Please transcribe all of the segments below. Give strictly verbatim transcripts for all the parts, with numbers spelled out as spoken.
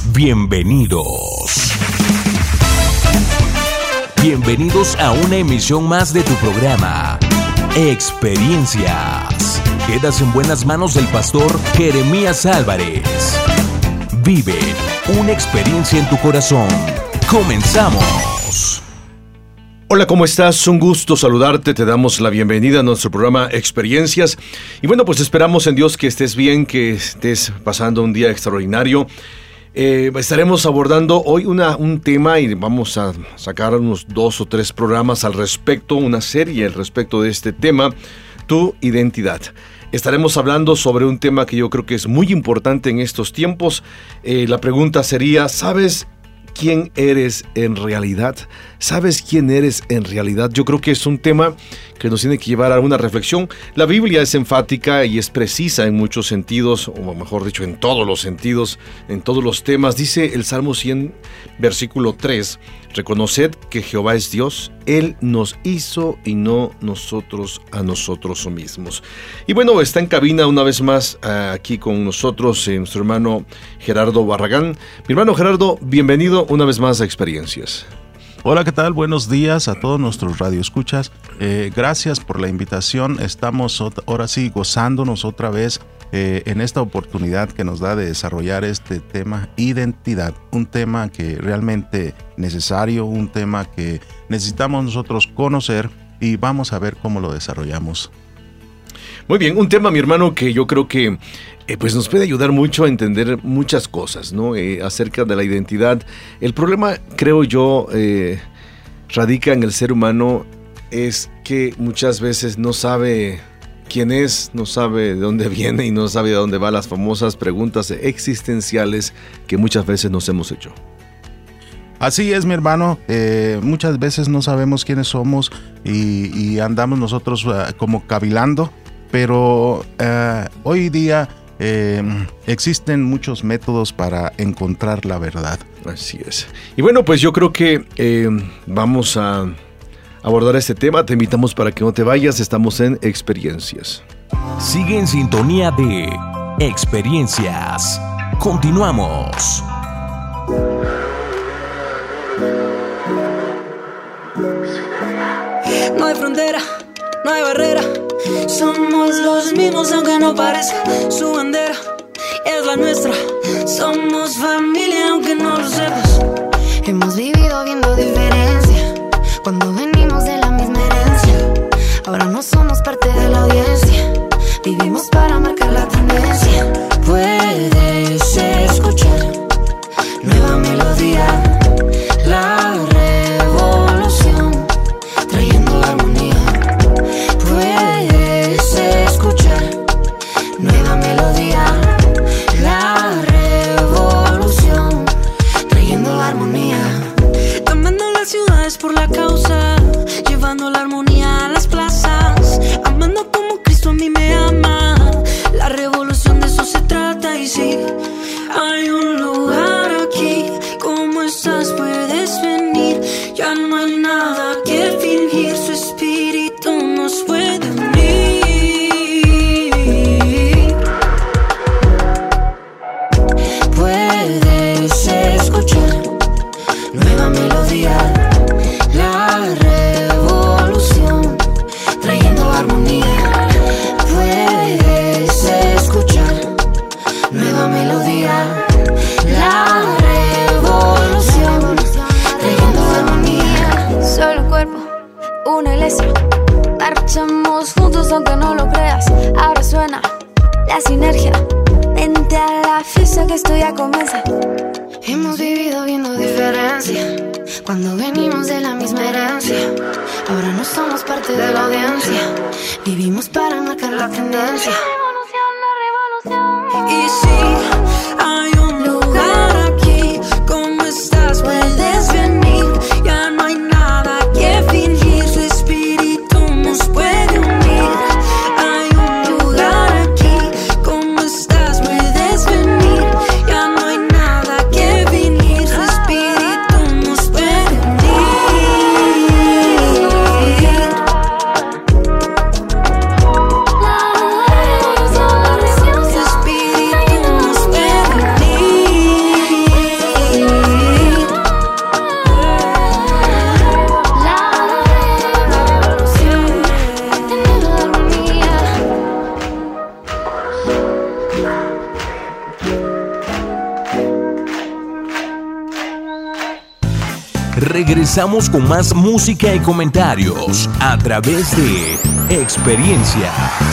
Bienvenidos. Bienvenidos a una emisión más de tu programa, Experiencias. Quedas en buenas manos del pastor Jeremías Álvarez. Vive una experiencia en tu corazón. ¡Comenzamos! Hola, ¿cómo estás? Un gusto saludarte, te damos la bienvenida a nuestro programa Experiencias. Y bueno, pues esperamos en Dios que estés bien, que estés pasando un día extraordinario. Eh, estaremos abordando hoy una, un tema y vamos a sacar unos dos o tres programas al respecto, una serie al respecto de este tema, tu identidad. Estaremos hablando sobre un tema que yo creo que es muy importante en estos tiempos. Eh, la pregunta sería, ¿sabes quién eres en realidad? ¿Sabes quién eres en realidad? Yo creo que es un tema que nos tiene que llevar a una reflexión. La Biblia es enfática y es precisa en muchos sentidos, o mejor dicho, en todos los sentidos, en todos los temas. Dice el Salmo cien, versículo tres, reconoced que Jehová es Dios, Él nos hizo y no nosotros a nosotros mismos. Y bueno, está en cabina una vez más uh, aquí con nosotros eh, nuestro hermano Gerardo Barragán. Mi hermano Gerardo, bienvenido una vez más a Experiencias. Hola, ¿qué tal? Buenos días a todos nuestros radioescuchas. Eh, gracias por la invitación. Estamos ahora sí gozándonos otra vez eh, en esta oportunidad que nos da de desarrollar este tema identidad. Un tema que realmente necesario, un tema que necesitamos nosotros conocer y vamos a ver cómo lo desarrollamos. Muy bien, un tema, mi hermano, que yo creo que eh, pues nos puede ayudar mucho a entender muchas cosas, ¿no? Eh, acerca de la identidad. El problema, creo yo, eh, radica en el ser humano, es que muchas veces no sabe quién es, no sabe de dónde viene y no sabe de dónde van las famosas preguntas existenciales que muchas veces nos hemos hecho. Así es, mi hermano, eh, muchas veces no sabemos quiénes somos y, y andamos nosotros uh, como cavilando. Pero uh, hoy día eh, existen muchos métodos para encontrar la verdad. Así es. Y bueno, pues yo creo que eh, vamos a abordar este tema. Te invitamos para que no te vayas. Estamos en Experiencias. Sigue en sintonía de Experiencias. Continuamos. No hay frontera, no hay barrera. Somos los mismos aunque no parezca. Su bandera es la nuestra. Somos familia aunque no lo sepas. Hemos vivido viendo diferencia cuando venimos de la misma herencia. Ahora no somos parte de la audiencia. Vivimos para marcar la tendencia. Puedes escuchar nueva melodía, la revolución trayendo armonía. Puedes escuchar nueva melodía, la revolución trayendo armonía. Amando las ciudades por la causa, llevando la armonía a las plazas, amando como Cristo a mí me ama. La revolución de eso se trata y sí, hay un lugar aquí. ¿Cómo estás? Puedes venir, ya no hay nada que fingir. Su espíritu nos puede unir. Puedes escuchar nueva melodía, la revolución trayendo armonía. Puedes escuchar nueva melodía, la revolución trayendo armonía. Solo un cuerpo, una iglesia. Marchamos juntos aunque no lo creas. Ahora suena la sinergia. Vente a la fiesta que esto ya comienza. Hemos vivido viendo diferencia cuando venimos de la misma herencia. Ahora no somos parte de la audiencia. Vivimos para marcar la tendencia. La revolución, la revolución. Y sí, hay un lugar aquí. ¿Cómo estás? Puedes venir. Ya no hay nada que fingir. Su espíritu nos puede unir. Hay un lugar aquí. ¿Cómo estás? Puedes venir. Ya no hay nada que fingir. Su espíritu nos puede unir. La revolución, su espíritu nos puede unir. Regresamos con más música y comentarios a través de Experiencias.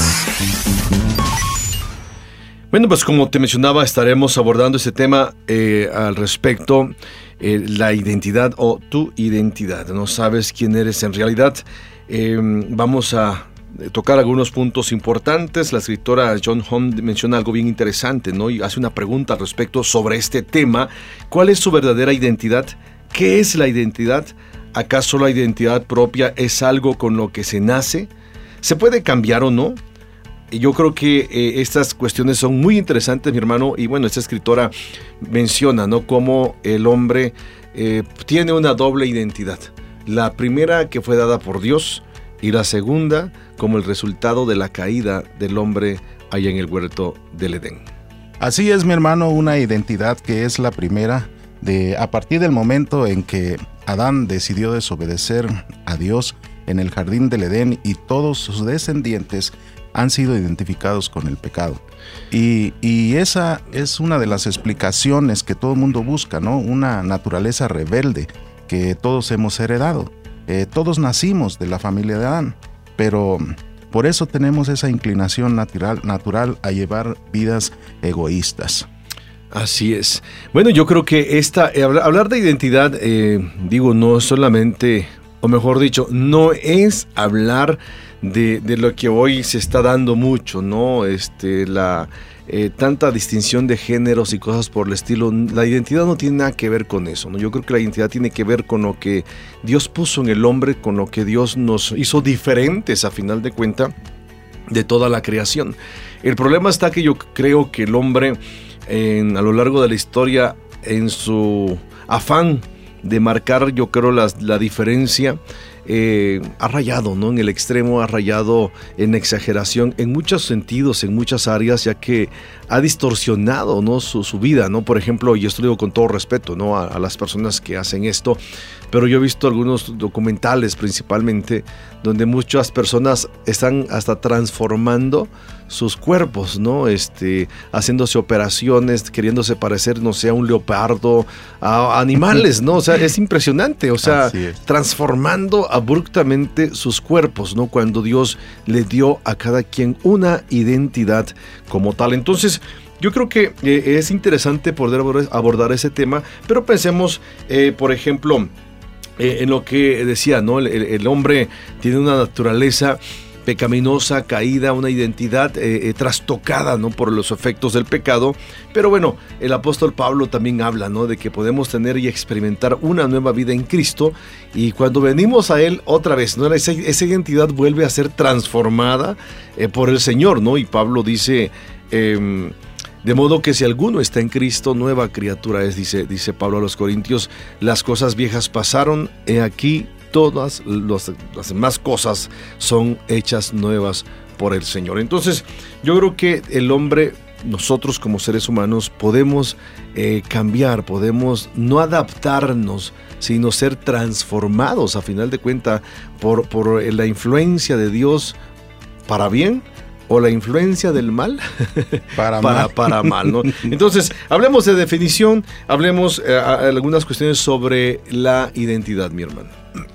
Bueno, pues como te mencionaba, estaremos abordando este tema eh, al respecto, eh, la identidad o tu identidad. No sabes quién eres en realidad. Eh, vamos a tocar algunos puntos importantes. La escritora John Home menciona algo bien interesante, ¿no? Y hace una pregunta al respecto sobre este tema. ¿Cuál es su verdadera identidad? ¿Qué es la identidad? ¿Acaso la identidad propia es algo con lo que se nace? ¿Se puede cambiar o no? Yo creo que eh, estas cuestiones son muy interesantes, mi hermano, y bueno, esta escritora menciona, ¿no?, cómo el hombre eh, tiene una doble identidad. La primera que fue dada por Dios y la segunda como el resultado de la caída del hombre allá en el huerto del Edén. Así es, mi hermano, una identidad que es la primera de a partir del momento en que Adán decidió desobedecer a Dios en el jardín del Edén y todos sus descendientes han sido identificados con el pecado. Y, y esa es una de las explicaciones que todo el mundo busca, ¿no? Una naturaleza rebelde que todos hemos heredado. Eh, todos nacimos de la familia de Adán, pero por eso tenemos esa inclinación natural, natural a llevar vidas egoístas. Así es. Bueno, yo creo que esta, eh, hablar de identidad, eh, digo, no solamente, o mejor dicho, no es hablar de, de lo que hoy se está dando mucho, ¿no? Este, la eh, tanta distinción de géneros y cosas por el estilo. La identidad no tiene nada que ver con eso, ¿no? Yo creo que la identidad tiene que ver con lo que Dios puso en el hombre, con lo que Dios nos hizo diferentes a final de cuenta de toda la creación. El problema está que yo creo que el hombre en, a lo largo de la historia, en su afán de marcar, yo creo, la, la diferencia, eh, ha rayado, ¿no? En el extremo, ha rayado en exageración, en muchos sentidos, en muchas áreas, ya que ha distorsionado, ¿no?, su, su vida, ¿no? Por ejemplo, y esto lo digo con todo respeto, ¿no?, a, a las personas que hacen esto, pero yo he visto algunos documentales principalmente, donde muchas personas están hasta transformando sus cuerpos, ¿no? Este, haciéndose operaciones, queriéndose parecer, no sé, a un leopardo, a animales, ¿no? O sea, es impresionante, o sea, transformando abruptamente sus cuerpos, ¿no? Cuando Dios le dio a cada quien una identidad como tal. Entonces, yo creo que eh, es interesante poder abordar ese tema, pero pensemos, eh, por ejemplo, eh, en lo que decía, ¿no? El, el hombre tiene una naturaleza pecaminosa, caída, una identidad eh, eh, trastocada, ¿no?, por los efectos del pecado. Pero bueno, el apóstol Pablo también habla, ¿no?, de que podemos tener y experimentar una nueva vida en Cristo, y cuando venimos a Él otra vez, ¿no?, esa, esa identidad vuelve a ser transformada eh, por el Señor, ¿no? Y Pablo dice, eh, de modo que si alguno está en Cristo, nueva criatura es, dice, dice Pablo a los Corintios, las cosas viejas pasaron, he aquí, todas los, las demás cosas son hechas nuevas por el Señor. Entonces, yo creo que el hombre, nosotros como seres humanos, podemos eh, cambiar, podemos no adaptarnos, sino ser transformados, a final de cuentas, por, por la influencia de Dios para bien, o la influencia del mal para, para mal. para mal, ¿no? Entonces, hablemos de definición, hablemos eh, algunas cuestiones sobre la identidad, mi hermano.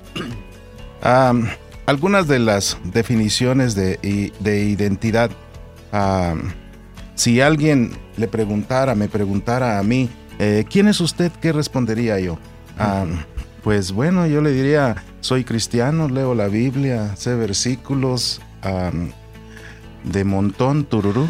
Um, algunas de las definiciones de, de identidad, um, si alguien le preguntara, me preguntara a mí, eh, ¿quién es usted? ¿Qué respondería yo? Um, pues bueno, yo le diría, soy cristiano, leo la Biblia, sé versículos, um, de montón, tururú.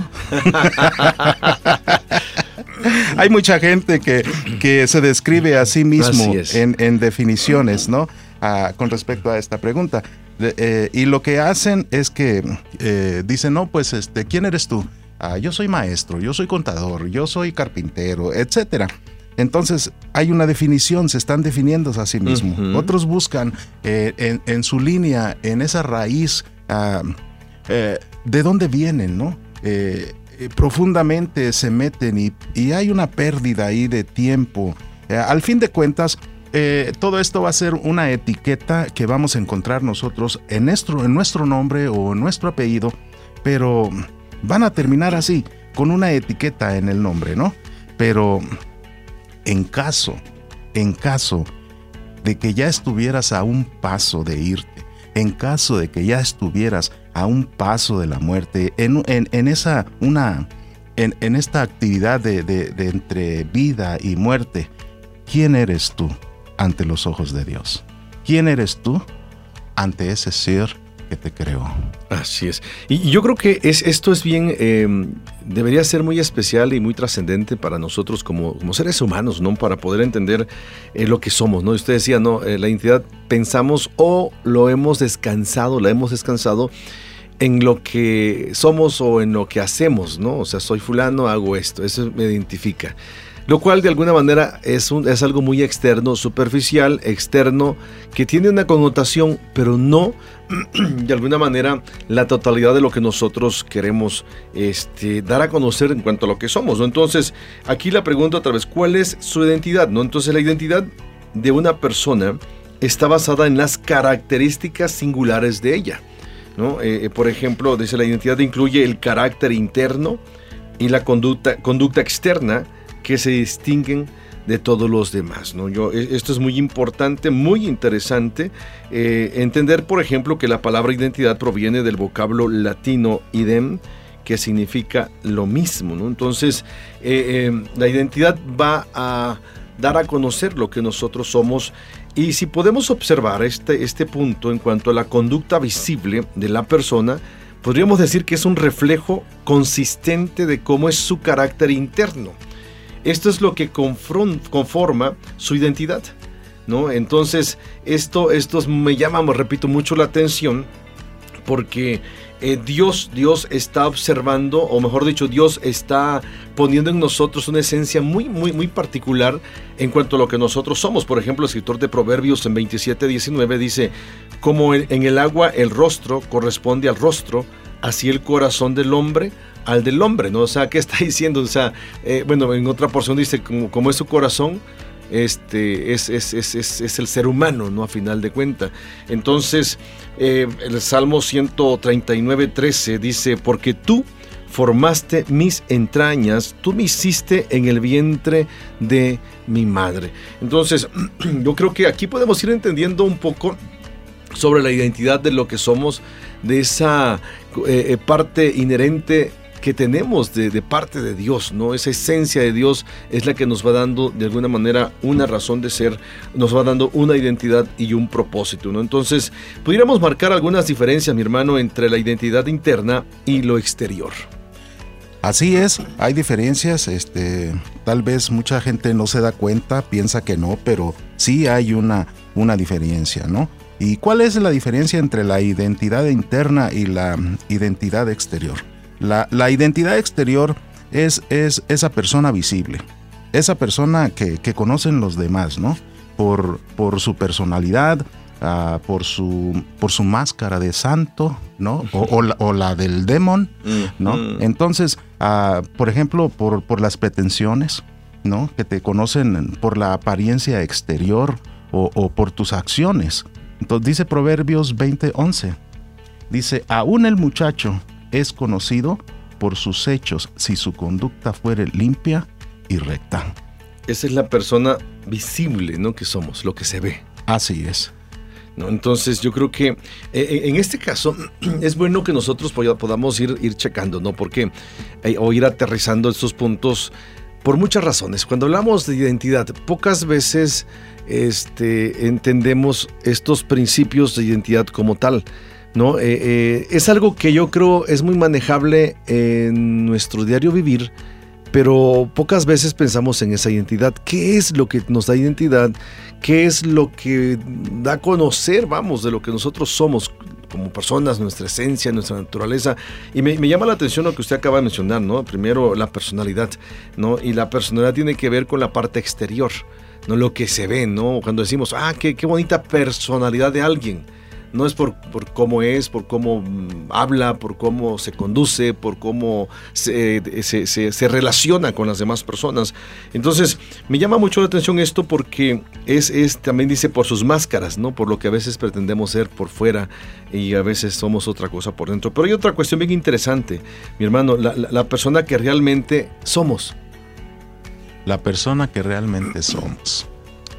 Hay mucha gente que, que se describe a sí mismo en, en definiciones, ¿no? Uh, con respecto a esta pregunta. De, eh, y lo que hacen es que eh, dicen, no, pues, este, ¿quién eres tú? Uh, yo soy maestro, yo soy contador, yo soy carpintero, etcétera. Entonces, hay una definición, se están definiendo a sí mismos. Uh-huh. Otros buscan eh, en, en su línea, en esa raíz, uh, eh, de dónde vienen, ¿no? Eh, eh, profundamente se meten y, y hay una pérdida ahí de tiempo. Eh, al fin de cuentas, Eh, todo esto va a ser una etiqueta que vamos a encontrar nosotros en nuestro, en nuestro nombre o en nuestro apellido, pero van a terminar así, con una etiqueta en el nombre, ¿no? Pero en caso, en caso de que ya estuvieras a un paso de irte, en caso de que ya estuvieras a un paso de la muerte, en, en, en esa, una, en, en esta actividad de, de, de entre vida y muerte, ¿quién eres tú ante los ojos de Dios? ¿Quién eres tú ante ese ser que te creó? Así es. Y yo creo que es, esto es bien, eh, debería ser muy especial y muy trascendente para nosotros como, como seres humanos, ¿no? Para poder entender eh, lo que somos, ¿no? Y usted decía, ¿no? Eh, la identidad pensamos o lo hemos descansado, la hemos descansado en lo que somos o en lo que hacemos, ¿no? O sea, soy fulano, hago esto, eso me identifica. Lo cual de alguna manera es, un, es algo muy externo, superficial, externo, que tiene una connotación, pero no de alguna manera la totalidad de lo que nosotros queremos este, dar a conocer en cuanto a lo que somos, ¿no? Entonces, aquí la pregunta otra vez, ¿cuál es su identidad, ¿no? Entonces, la identidad de una persona está basada en las características singulares de ella, ¿no? Eh, por ejemplo, dice la identidad incluye el carácter interno y la conducta, conducta externa que se distinguen de todos los demás, ¿no? Yo, esto es muy importante, muy interesante, eh, entender, por ejemplo, que la palabra identidad proviene del vocablo latino idem, que significa lo mismo, ¿no? Entonces, eh, eh, la identidad va a dar a conocer lo que nosotros somos, y si podemos observar este, este punto en cuanto a la conducta visible de la persona, podríamos decir que es un reflejo consistente de cómo es su carácter interno. Esto es lo que conforma su identidad, ¿no? Entonces, esto, esto me llama, repito, mucho la atención, porque eh, Dios, Dios está observando, o mejor dicho, Dios está poniendo en nosotros una esencia muy, muy, muy particular en cuanto a lo que nosotros somos. Por ejemplo, el escritor de Proverbios en veintisiete diecinueve dice, como en el agua el rostro corresponde al rostro, así el corazón del hombre al del hombre, ¿no? O sea, ¿qué está diciendo? O sea, eh, bueno, en otra porción dice, como, como es su corazón, este, es, es, es, es, es el ser humano, ¿no? A final de cuentas. Entonces, eh, el Salmo ciento treinta y nueve, trece dice, porque tú formaste mis entrañas, tú me hiciste en el vientre de mi madre. Entonces, yo creo que aquí podemos ir entendiendo un poco sobre la identidad de lo que somos, de esa eh, parte inherente que tenemos de, de parte de Dios, ¿no? Esa esencia de Dios es la que nos va dando de alguna manera una razón de ser, nos va dando una identidad y un propósito, ¿no? Entonces, pudiéramos marcar algunas diferencias, mi hermano, entre la identidad interna y lo exterior. Así es, hay diferencias, este, tal vez mucha gente no se da cuenta, piensa que no, pero sí hay una, una diferencia, ¿no? ¿Y cuál es la diferencia entre la identidad interna y la identidad exterior? La, la identidad exterior es, es esa persona visible, esa persona que, que conocen los demás, ¿no? Por, por su personalidad, uh, por, su, por su máscara de santo, ¿no? O, o, la, o la del demon, ¿no? Entonces, uh, por ejemplo, por, por las pretensiones, ¿no? Que te conocen por la apariencia exterior o, o por tus acciones. Entonces dice Proverbios veinte once, dice, aún el muchacho es conocido por sus hechos si su conducta fuere limpia y recta. Esa es la persona visible, ¿no? Que somos, lo que se ve. Así es. ¿No? Entonces yo creo que eh, en este caso es bueno que nosotros podamos ir, ir checando, ¿no? Porque, eh, o ir aterrizando estos puntos por muchas razones. Cuando hablamos de identidad, pocas veces este, entendemos estos principios de identidad como tal, ¿no? Eh, eh, es algo que yo creo es muy manejable en nuestro diario vivir, pero pocas veces pensamos en esa identidad. ¿Qué es lo que nos da identidad? ¿Qué es lo que da a conocer, vamos, de lo que nosotros somos como personas, nuestra esencia, nuestra naturaleza? Y me, me llama la atención lo que usted acaba de mencionar, ¿no? Primero, la personalidad, ¿no? Y la personalidad tiene que ver con la parte exterior, ¿no? Lo que se ve, ¿no? Cuando decimos, ah, qué, qué bonita personalidad de alguien. No es por, por cómo es, por cómo habla, por cómo se conduce, por cómo se, se, se, se relaciona con las demás personas. Entonces, me llama mucho la atención esto porque es, es también dice por sus máscaras, ¿no? Por lo que a veces pretendemos ser por fuera y a veces somos otra cosa por dentro. Pero hay otra cuestión bien interesante, mi hermano, la, la, la persona que realmente somos. La persona que realmente somos.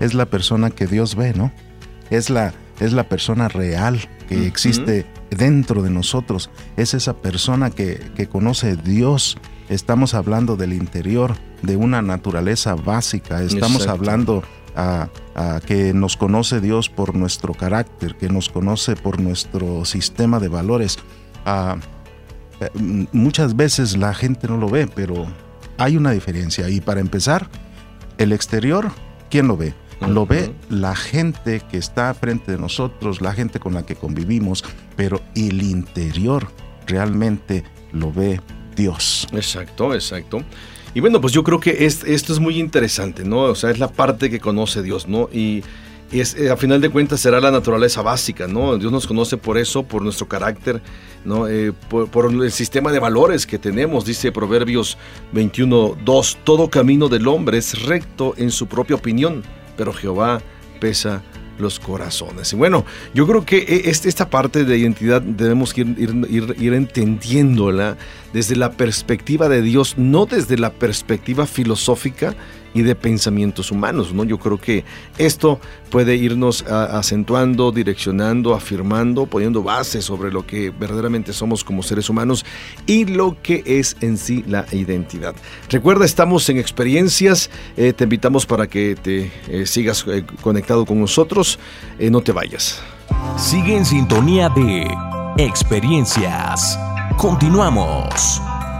es la persona que Dios ve, ¿no? Es la, es la persona real que uh-huh. existe dentro de nosotros. Es esa persona que, que conoce a Dios. Estamos hablando del interior, de una naturaleza básica. Estamos Exacto. hablando a, a que nos conoce Dios por nuestro carácter, que nos conoce por nuestro sistema de valores. A, muchas veces la gente no lo ve, pero hay una diferencia. Y para empezar, el exterior, ¿quién lo ve? Lo ve la gente que está frente de nosotros, la gente con la que convivimos, pero el interior realmente lo ve Dios. Exacto, exacto. Y bueno, pues yo creo que es, esto es muy interesante, ¿no? O sea, es la parte que conoce Dios, ¿no? Y es, a final de cuentas será la naturaleza básica, ¿no? Dios nos conoce por eso, por nuestro carácter, ¿no? Eh, por, por el sistema de valores que tenemos. Dice Proverbios veintiuno dos, todo camino del hombre es recto en su propia opinión, pero Jehová pesa los corazones. Y bueno, yo creo que esta parte de identidad debemos ir, ir, ir, ir entendiéndola desde la perspectiva de Dios, no desde la perspectiva filosófica y de pensamientos humanos, ¿no? Yo creo que esto puede irnos a, acentuando, direccionando, afirmando, poniendo bases sobre lo que verdaderamente somos como seres humanos y lo que es en sí la identidad. Recuerda, estamos en Experiencias, eh, te invitamos para que te eh, sigas eh, conectado con nosotros, eh, no te vayas. Sigue en sintonía de Experiencias. Continuamos.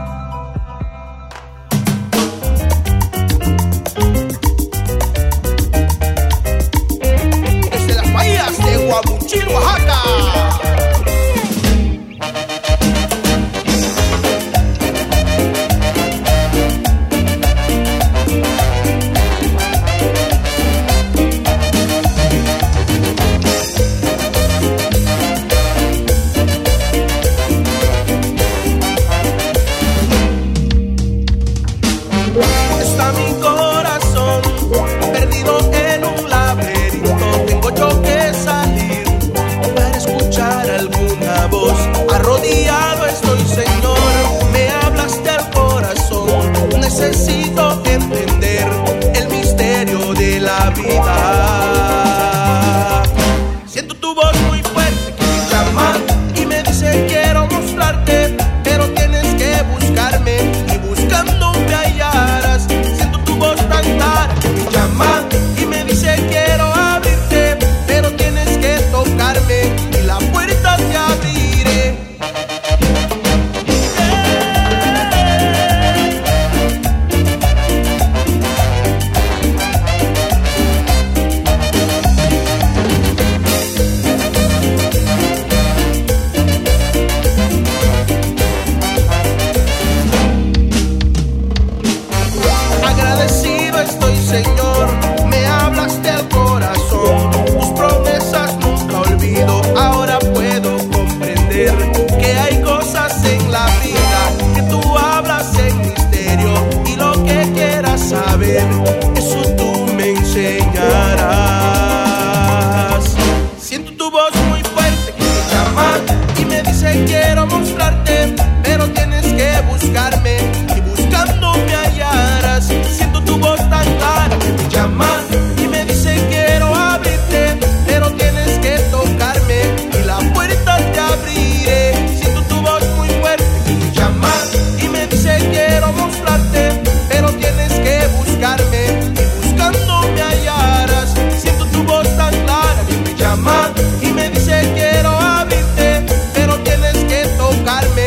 De Guamuchil, Oaxaca. Está mi corazón perdido en un laberinto. Tengo yo que salir para escuchar alguna voz. Arrodillado estoy, Señor, me hablaste al corazón. Necesito entender el misterio de la vida. Siento tu voz muy fuerte que me llama y me dice quiero mostrarte, pero tienes que buscarme y buscándome hallarás. Siento tu voz tan clara que me llama y me dice quiero abrirte, pero tienes que tocarme y la puerta te abriré. Agradecido estoy, Señor, me hablaste al corazón. Tus promesas nunca olvido. Ahora puedo comprender que hay cosas en la vida que tú hablas en misterio y lo que quieras saber, eso tú me enseñarás. Siento tu voz muy fuerte que me llama y me dice quiero mostrarte, pero tienes que buscarme y buscándome hallarás. Siento tu voz tan clara que me llama y me dice quiero abrirte, pero tienes que tocarme y la puerta te abriré. Siento tu voz muy fuerte que me llama y me dice quiero mostrarte, pero tienes que buscarme y buscándome hallarás. Siento tu voz tan clara que me llama y me dice quiero abrirte, pero tienes que tocarme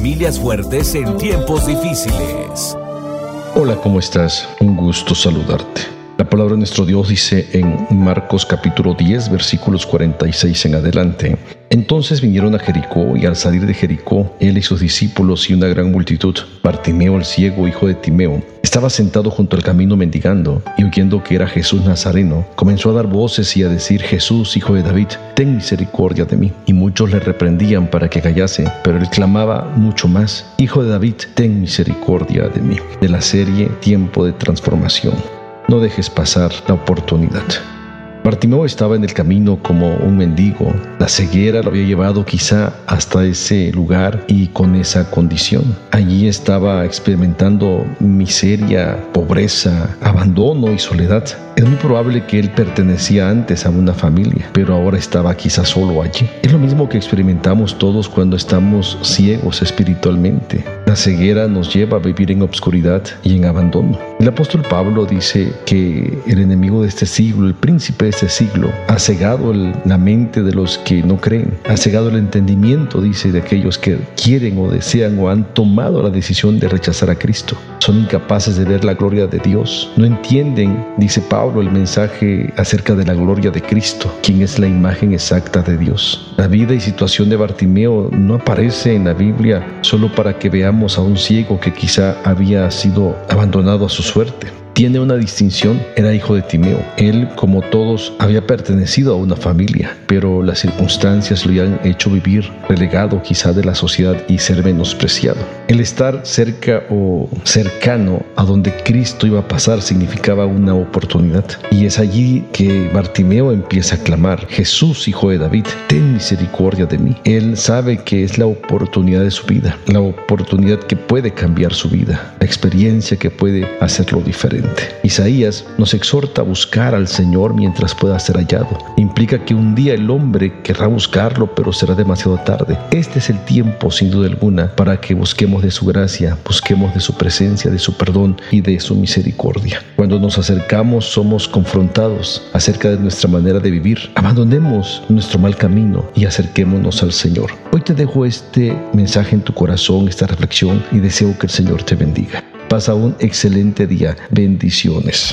Familias fuertes en tiempos difíciles. Hola, ¿cómo estás? Un gusto saludarte. La palabra de nuestro Dios dice en Marcos capítulo diez, versículos cuarenta y seis en adelante: Entonces vinieron a Jericó, y al salir de Jericó, él y sus discípulos y una gran multitud, Bartimeo el ciego, hijo de Timeo, estaba sentado junto al camino mendigando, y oyendo que era Jesús Nazareno, comenzó a dar voces y a decir: Jesús, hijo de David, ten misericordia de mí. Y muchos le reprendían para que callase, pero él clamaba mucho más: Hijo de David, ten misericordia de mí. De la serie Tiempo de Transformación. No dejes pasar la oportunidad. Bartimeo estaba en el camino como un mendigo. La ceguera lo había llevado quizá hasta ese lugar y con esa condición. Allí estaba experimentando miseria, pobreza, abandono y soledad. Es muy probable que él pertenecía antes a una familia, pero ahora estaba quizá solo allí. Es lo mismo que experimentamos todos cuando estamos ciegos espiritualmente. La ceguera nos lleva a vivir en obscuridad y en abandono. El apóstol Pablo dice que el enemigo de este siglo, el príncipe de este siglo, ha cegado el, la mente de los que no creen, ha cegado el entendimiento, dice, de aquellos que quieren o desean o han tomado la decisión de rechazar a Cristo. Son incapaces de ver la gloria de Dios. No entienden, dice Pablo, el mensaje acerca de la gloria de Cristo, quien es la imagen exacta de Dios. La vida y situación de Bartimeo no aparece en la Biblia solo para que veamos a un ciego que quizá había sido abandonado a su suerte. Tiene una distinción: era hijo de Timeo. Él, como todos, había pertenecido a una familia, pero las circunstancias lo habían hecho vivir relegado quizá de la sociedad y ser menospreciado. El estar cerca o cercano a donde Cristo iba a pasar significaba una oportunidad, y es allí que Bartimeo empieza a clamar: Jesús, hijo de David, ten misericordia de mí. Él sabe que es la oportunidad de su vida, la oportunidad que puede cambiar su vida, la experiencia que puede hacerlo diferente. Isaías nos exhorta a buscar al Señor mientras pueda ser hallado. Implica que un día el hombre querrá buscarlo, pero será demasiado tarde. Este es el tiempo, sin duda alguna, para que busquemos de su gracia, busquemos de su presencia, de su perdón y de su misericordia. Cuando nos acercamos, somos confrontados acerca de nuestra manera de vivir. Abandonemos nuestro mal camino y acerquémonos al Señor. Hoy te dejo este mensaje en tu corazón, esta reflexión, y deseo que el Señor te bendiga. Pasa un excelente día. Bendiciones.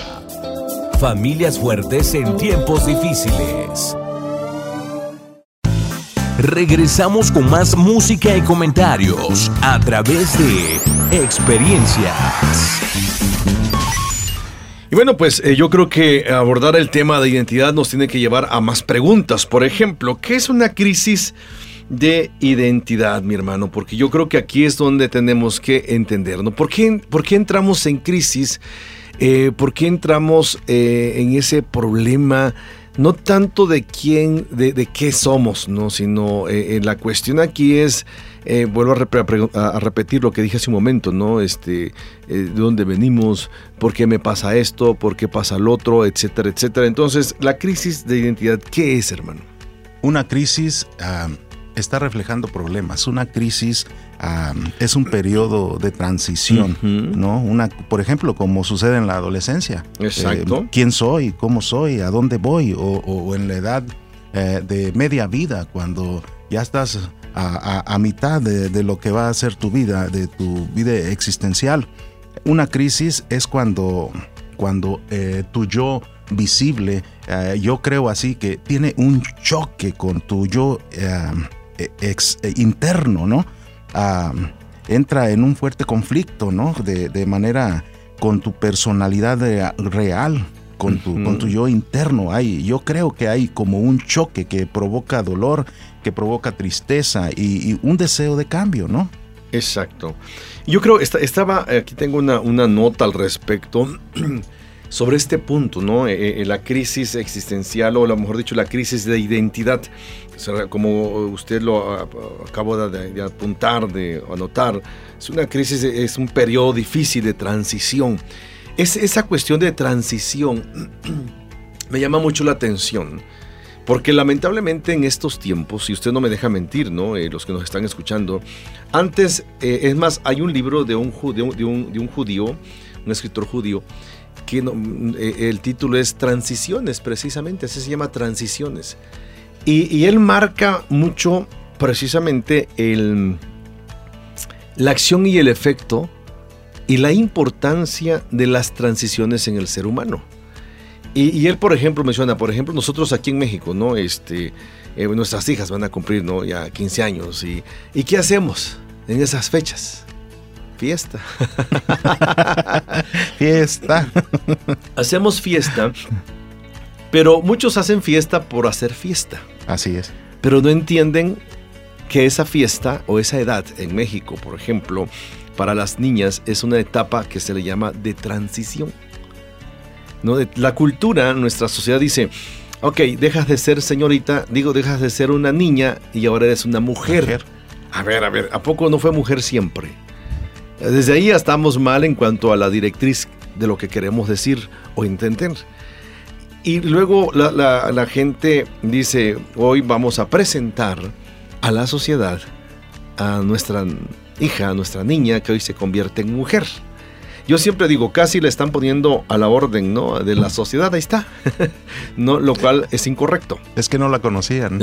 Familias fuertes en tiempos difíciles. Regresamos con más música y comentarios a través de Experiencias. Y bueno, pues eh, yo creo que abordar el tema de identidad nos tiene que llevar a más preguntas. Por ejemplo, ¿qué es una crisis de identidad, mi hermano? Porque yo creo que aquí es donde tenemos que entender, ¿no? ¿Por qué, por qué entramos en crisis? Eh, ¿Por qué entramos eh, en ese problema? No tanto de quién, de, de qué somos, ¿no? Sino eh, la cuestión aquí es, eh, vuelvo a, rep- a repetir lo que dije hace un momento, ¿no? Este, eh, de dónde venimos, por qué me pasa esto, por qué pasa lo otro, etcétera, etcétera. Entonces, la crisis de identidad, ¿qué es, hermano? Una crisis uh, está reflejando problemas. Una crisis um, es un periodo de transición, uh-huh. ¿no? Una, por ejemplo, como sucede en la adolescencia. Exacto. Eh, ¿Quién soy? ¿Cómo soy? ¿A dónde voy? O, o, o en la edad eh, de media vida, cuando ya estás a, a, a mitad de, de lo que va a ser tu vida, de tu vida existencial. Una crisis es cuando, cuando eh, tu yo visible, eh, yo creo así, que tiene un choque con tu yo eh, ex, eh, interno, ¿no? Uh, entra en un fuerte conflicto, ¿no? De, de manera con tu personalidad de, real, con tu, uh-huh. con tu yo interno. Hay, yo creo que hay como un choque que provoca dolor, que provoca tristeza y, y un deseo de cambio, ¿no? Exacto. Yo creo, esta, estaba, aquí tengo una, una nota al respecto sobre este punto, ¿no? Eh, eh, la crisis existencial, o a lo mejor dicho, la crisis de identidad. O sea, como usted lo a, a, acabo de, de apuntar, de anotar, es una crisis, es un periodo difícil de transición. Es, esa cuestión de transición me llama mucho la atención, porque lamentablemente en estos tiempos, si usted no me deja mentir, ¿no? Eh, los que nos están escuchando, antes, eh, es más, hay un libro de un, de un, de un, de un judío, un escritor judío, que no, eh, el título es Transiciones, precisamente, así se llama, Transiciones. Y, y él marca mucho precisamente el, la acción y el efecto y la importancia de las transiciones en el ser humano. Y, y él, por ejemplo, menciona, por ejemplo, nosotros aquí en México, ¿no? Este, eh, nuestras hijas van a cumplir, ¿no? Ya quince años. Y, ¿Y qué hacemos en esas fechas? Fiesta. Fiesta. Hacemos fiesta, pero muchos hacen fiesta por hacer fiesta. Así es. Pero no entienden que esa fiesta o esa edad en México, por ejemplo, para las niñas es una etapa que se le llama de transición. ¿No? La cultura, nuestra sociedad dice, ok, dejas de ser señorita, digo, dejas de ser una niña y ahora eres una mujer. mujer. A ver, a ver, ¿a poco no fue mujer siempre? Desde ahí ya estamos mal en cuanto a la directriz de lo que queremos decir o entender. Y luego la, la, la gente dice, hoy vamos a presentar a la sociedad a nuestra hija, a nuestra niña, que hoy se convierte en mujer. Yo siempre digo, casi le están poniendo a la orden, ¿no? De la sociedad, ahí está. No, lo cual es incorrecto. Es que no la conocían.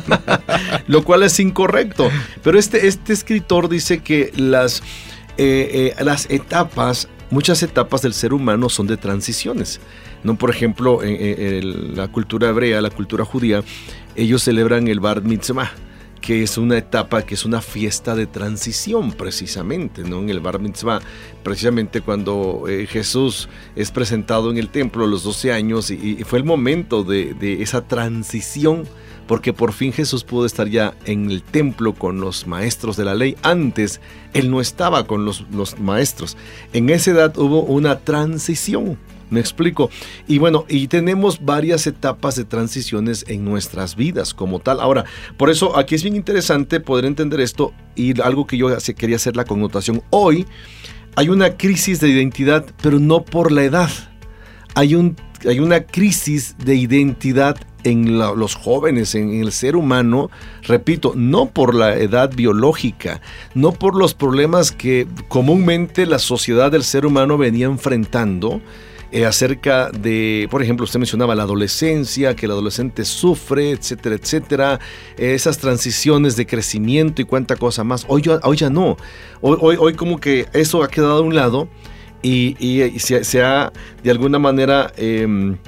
Lo cual es incorrecto. Pero este, este escritor dice que las, eh, eh, las etapas, muchas etapas del ser humano son de transiciones. ¿No? Por ejemplo, en, en la cultura hebrea, la cultura judía, ellos celebran el Bar Mitzvah, que es una etapa, que es una fiesta de transición precisamente, ¿no? En el Bar Mitzvah, precisamente cuando eh, Jesús es presentado en el templo a los doce años y, y fue el momento de, de esa transición, porque por fin Jesús pudo estar ya en el templo con los maestros de la ley. Antes él no estaba con los, los maestros. En esa edad hubo una transición. ¿Me explico? Y bueno, y tenemos varias etapas de transiciones en nuestras vidas como tal. Ahora, por eso aquí es bien interesante poder entender esto y algo que yo quería hacer la connotación. Hoy hay una crisis de identidad, pero no por la edad. Hay, un, hay una crisis de identidad en la, los jóvenes, en, en el ser humano, repito, no por la edad biológica, no por los problemas que comúnmente la sociedad del ser humano venía enfrentando, Eh, acerca de, por ejemplo, usted mencionaba la adolescencia, que el adolescente sufre, etcétera, etcétera, eh, esas transiciones de crecimiento y cuánta cosa más. Hoy, yo, hoy ya no. Hoy, hoy, hoy como que eso ha quedado a un lado y, y, y se, se ha de alguna manera eh,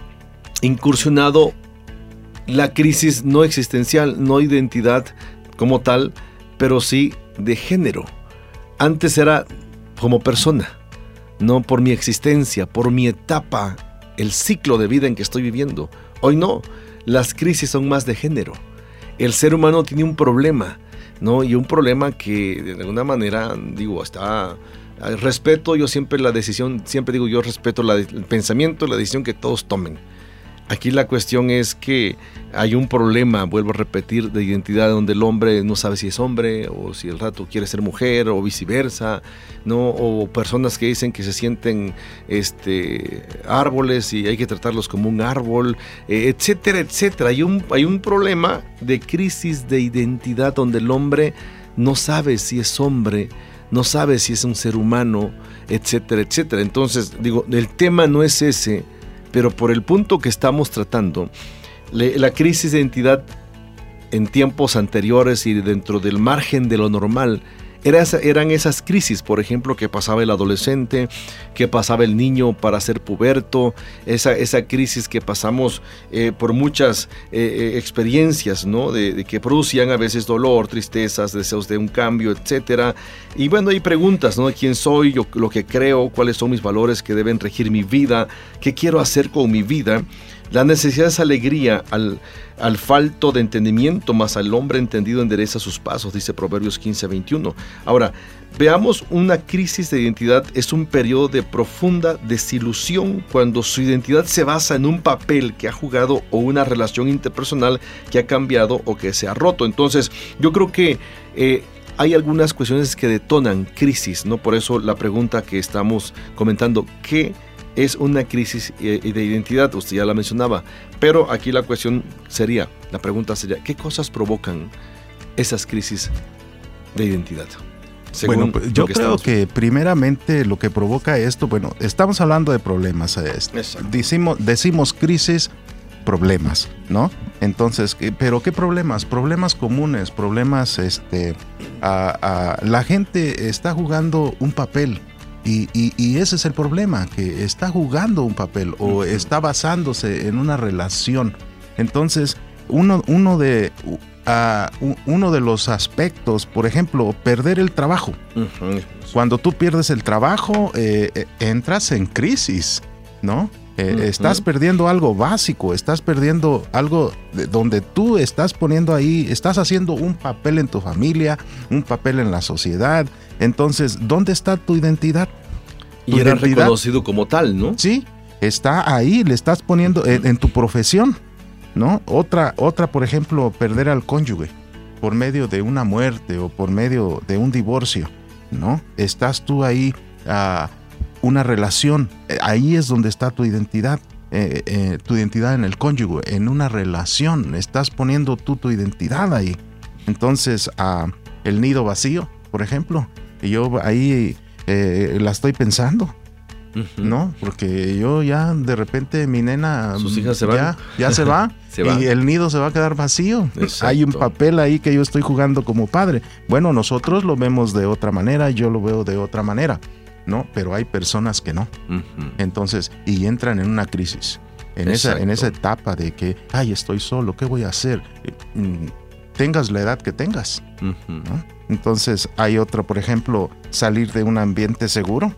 incursionado la crisis no existencial, no identidad como tal, pero sí de género. Antes era como persona. No por mi existencia, por mi etapa, el ciclo de vida en que estoy viviendo. Hoy no, las crisis son más de género. El ser humano tiene un problema, ¿no? Y un problema que de alguna manera, digo, está... Respeto yo siempre la decisión, siempre digo yo respeto la, el pensamiento, la decisión que todos tomen. Aquí la cuestión es que hay un problema, vuelvo a repetir, de identidad donde el hombre no sabe si es hombre o si el rato quiere ser mujer o viceversa, ¿no? O personas que dicen que se sienten este, árboles y hay que tratarlos como un árbol, eh, etcétera, etcétera. Hay un, hay un problema de crisis de identidad donde el hombre no sabe si es hombre, no sabe si es un ser humano, etcétera, etcétera. Entonces, digo, el tema no es ese, pero por el punto que estamos tratando, le, la crisis de identidad en tiempos anteriores y dentro del margen de lo normal, era esa, eran esas crisis, por ejemplo, que pasaba el adolescente, que pasaba el niño para ser puberto, esa, esa crisis que pasamos eh, por muchas eh, experiencias, ¿no? De, de que producían a veces dolor, tristezas, deseos de un cambio, etcétera. Y bueno, hay preguntas, ¿no? ¿Quién soy? Yo, lo que creo, cuáles son mis valores que deben regir mi vida, qué quiero hacer con mi vida. La necesidad de esa alegría al, al falto de entendimiento, más al hombre entendido endereza sus pasos, dice Proverbios quince veintiuno. Ahora, veamos, una crisis de identidad es un periodo de profunda desilusión cuando su identidad se basa en un papel que ha jugado o una relación interpersonal que ha cambiado o que se ha roto. Entonces, yo creo que eh, hay algunas cuestiones que detonan crisis, ¿no? Por eso la pregunta que estamos comentando, ¿qué es una crisis de identidad? Usted ya la mencionaba, pero aquí la cuestión sería, la pregunta sería, ¿qué cosas provocan esas crisis de identidad? Bueno, yo que creo que primeramente lo que provoca esto, bueno, estamos hablando de problemas, decimos, decimos crisis, problemas, ¿no? Entonces, ¿pero qué problemas? Problemas comunes, problemas, este, a, a, la gente está jugando un papel y, y, y ese es el problema, que está jugando un papel o está basándose en una relación. Entonces, uno, uno de... Uh, uno de los aspectos, por ejemplo, perder el trabajo. Uh-huh. Cuando tú pierdes el trabajo, eh, entras en crisis, ¿no? Eh, uh-huh. Estás perdiendo algo básico, estás perdiendo algo de donde tú estás poniendo ahí, estás haciendo un papel en tu familia, un papel en la sociedad. Entonces, ¿dónde está tu identidad? Tu y eres reconocido como tal, ¿no? Sí, está ahí, le estás poniendo en, en tu profesión, ¿no? Otra, otra, por ejemplo, perder al cónyuge por medio de una muerte o por medio de un divorcio, ¿no? Estás tú ahí, uh, una relación, ahí es donde está tu identidad, eh, eh, tu identidad en el cónyuge, en una relación, estás poniendo tú tu identidad ahí. Entonces, uh, el nido vacío, por ejemplo, y yo ahí eh, la estoy pensando. Uh-huh. No, porque yo ya de repente mi nena sus hijas se van, ya, ya se va, se va y el nido se va a quedar vacío. Exacto. Hay un papel ahí que yo estoy jugando como padre. Bueno, nosotros lo vemos de otra manera, yo lo veo de otra manera, ¿no? Pero hay personas que no. Uh-huh. Entonces, y entran en una crisis, en esa, en esa etapa de que, ay, estoy solo, ¿qué voy a hacer? Tengas la edad que tengas, uh-huh. ¿no? Entonces, hay otra, por ejemplo, salir de un ambiente seguro.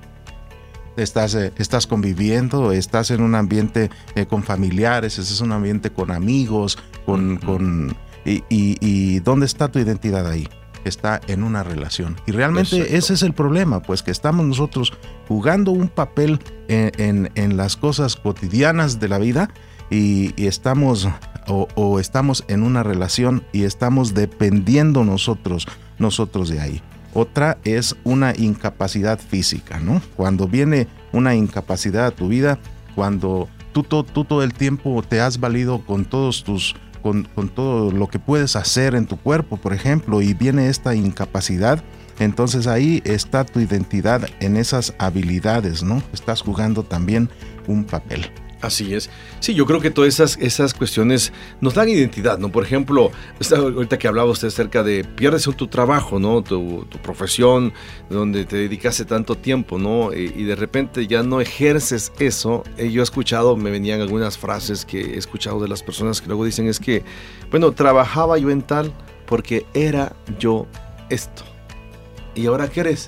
Estás, eh, estás conviviendo, estás en un ambiente eh, con familiares, es un ambiente con amigos, con, uh-huh. con y, y, y ¿dónde está tu identidad ahí? Está en una relación. Y realmente Exacto. ese es el problema, pues que estamos nosotros jugando un papel en, en, en las cosas cotidianas de la vida y, y estamos o, o estamos en una relación y estamos dependiendo nosotros, nosotros de ahí. Otra es una incapacidad física, ¿no? Cuando viene una incapacidad a tu vida, cuando tú, tú, tú todo el tiempo te has valido con todos tus, con, con todo lo que puedes hacer en tu cuerpo, por ejemplo, y viene esta incapacidad, entonces ahí está tu identidad en esas habilidades, ¿no? Estás jugando también un papel. Así es. Sí, yo creo que todas esas, esas cuestiones nos dan identidad, ¿no? Por ejemplo, ahorita que hablaba usted acerca de pierdes tu trabajo, ¿no? Tu, tu profesión, donde te dedicaste tanto tiempo, ¿no? Y, y de repente ya no ejerces eso. Eh, yo he escuchado, me venían algunas frases que he escuchado de las personas que luego dicen es que, bueno, trabajaba yo en tal porque era yo esto. ¿Y ahora qué eres?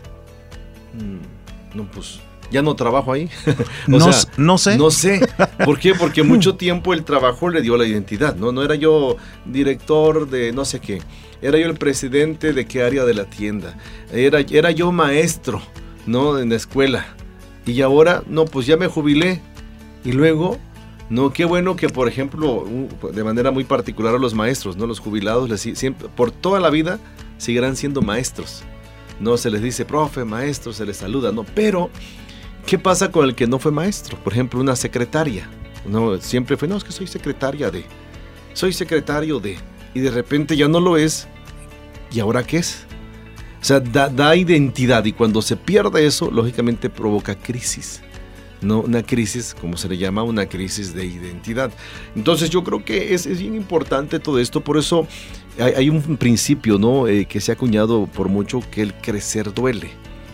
Mm, no, pues... ya no trabajo ahí. o no, sea, no sé. No sé. ¿Por qué? Porque mucho tiempo el trabajo le dio la identidad, ¿no? No era yo director de no sé qué. Era yo el presidente de qué área de la tienda. Era, era yo maestro, ¿no? En la escuela. Y ahora, no, pues ya me jubilé. Y luego, no, qué bueno que, por ejemplo, de manera muy particular a los maestros, ¿no? Los jubilados, les, siempre, por toda la vida, seguirán siendo maestros. No se les dice, profe, maestro, se les saluda, ¿no? Pero... ¿qué pasa con el que no fue maestro? Por ejemplo, una secretaria. No, siempre fue, no, es que soy secretaria de, soy secretario de, y de repente ya no lo es. ¿Y ahora qué es? O sea, da, da identidad y cuando se pierde eso, lógicamente provoca crisis. No, una crisis, como se le llama, una crisis de identidad. Entonces yo creo que es, es bien importante todo esto, por eso hay, hay un principio, ¿no? Eh, que se ha acuñado por mucho, que el crecer duele.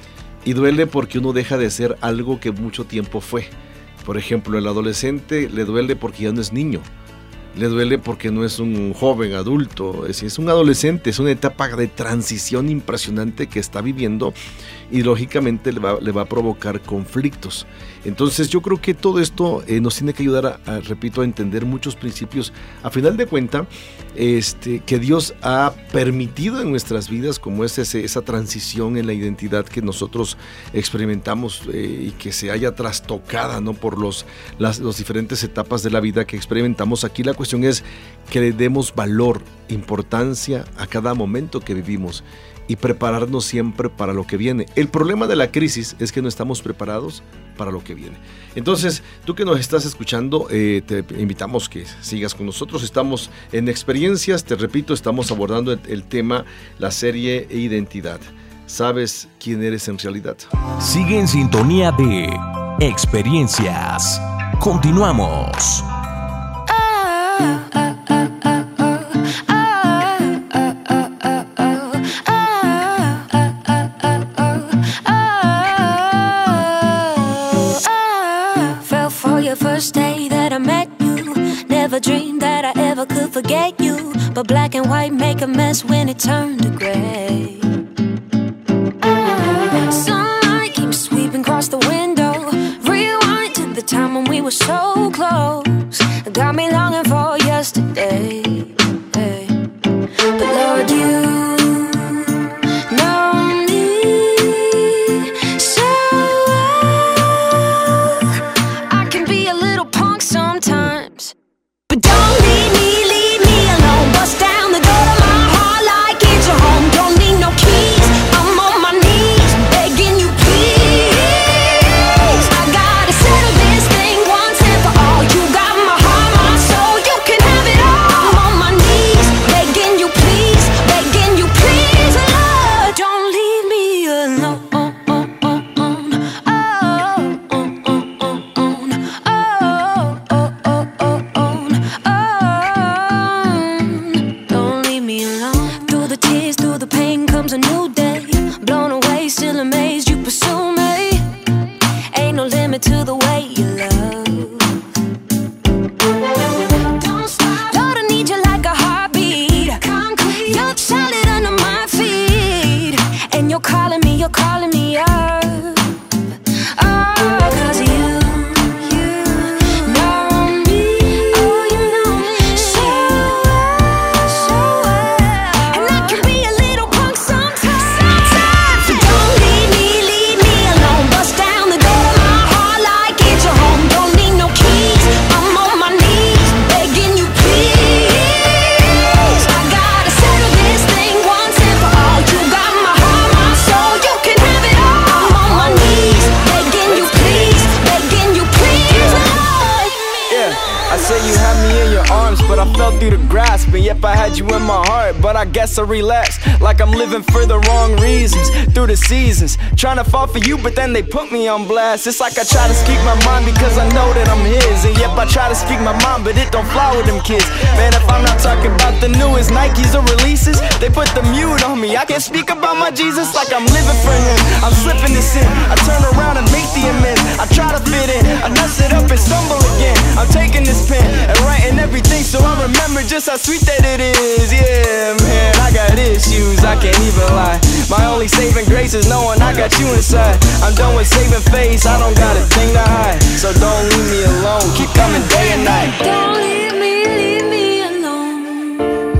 Y duele porque uno deja de ser algo que mucho tiempo fue. Por ejemplo, el adolescente le duele porque ya no es niño. Le duele porque no es un joven adulto. Es, es un adolescente, es una etapa de transición impresionante que está viviendo y lógicamente le va, le va a provocar conflictos. Entonces yo creo que todo esto eh, nos tiene que ayudar, a, a, repito, a entender muchos principios. A final de cuentas, este, que Dios ha permitido en nuestras vidas, como es ese, esa transición en la identidad que nosotros experimentamos eh, y que se haya trastocada, ¿no? por los, las los diferentes etapas de la vida que experimentamos. Aquí la cuestión es que le demos valor, importancia a cada momento que vivimos y prepararnos siempre para lo que viene. El problema de la crisis es que no estamos preparados para lo que viene. Entonces, tú que nos estás escuchando, eh, te invitamos que sigas con nosotros. Estamos en Experiencias, te repito, estamos abordando el, el tema, la serie Identidad. ¿Sabes quién eres en realidad? Sigue en sintonía de Experiencias. Continuamos. Ah, ah, ah. the first day that I met you. Never dreamed that I ever could forget you. But black and white make a mess when it turned to gray. Sunlight came sweeping across the window. Rewind to the time when we were so close. Got me longing for yesterday. Hey. But Lord, you I relapse like I'm living for the wrong reasons. Through the seasons, trying to fall for you, but then they put me on blast. It's like I try to speak my mind because I know that I'm his, and yet I try to speak my mind, but it don't fly with them kids. Man, if I'm not talking about the newest Nikes or releases, they put the mute on me. I can't speak about my Jesus like I'm living for him. I'm slipping this in, I turn around and make the amends. I try to fit in, I mess it up and stumble again. I'm taking this pen and writing everything so I remember just how sweet that it is. Yeah, man, I got issues, I can't even lie. My only saving grace is knowing I got you inside. I'm done with saving face, I don't got a thing to hide. So don't leave me alone, keep coming day and night. Don't leave me, leave me alone.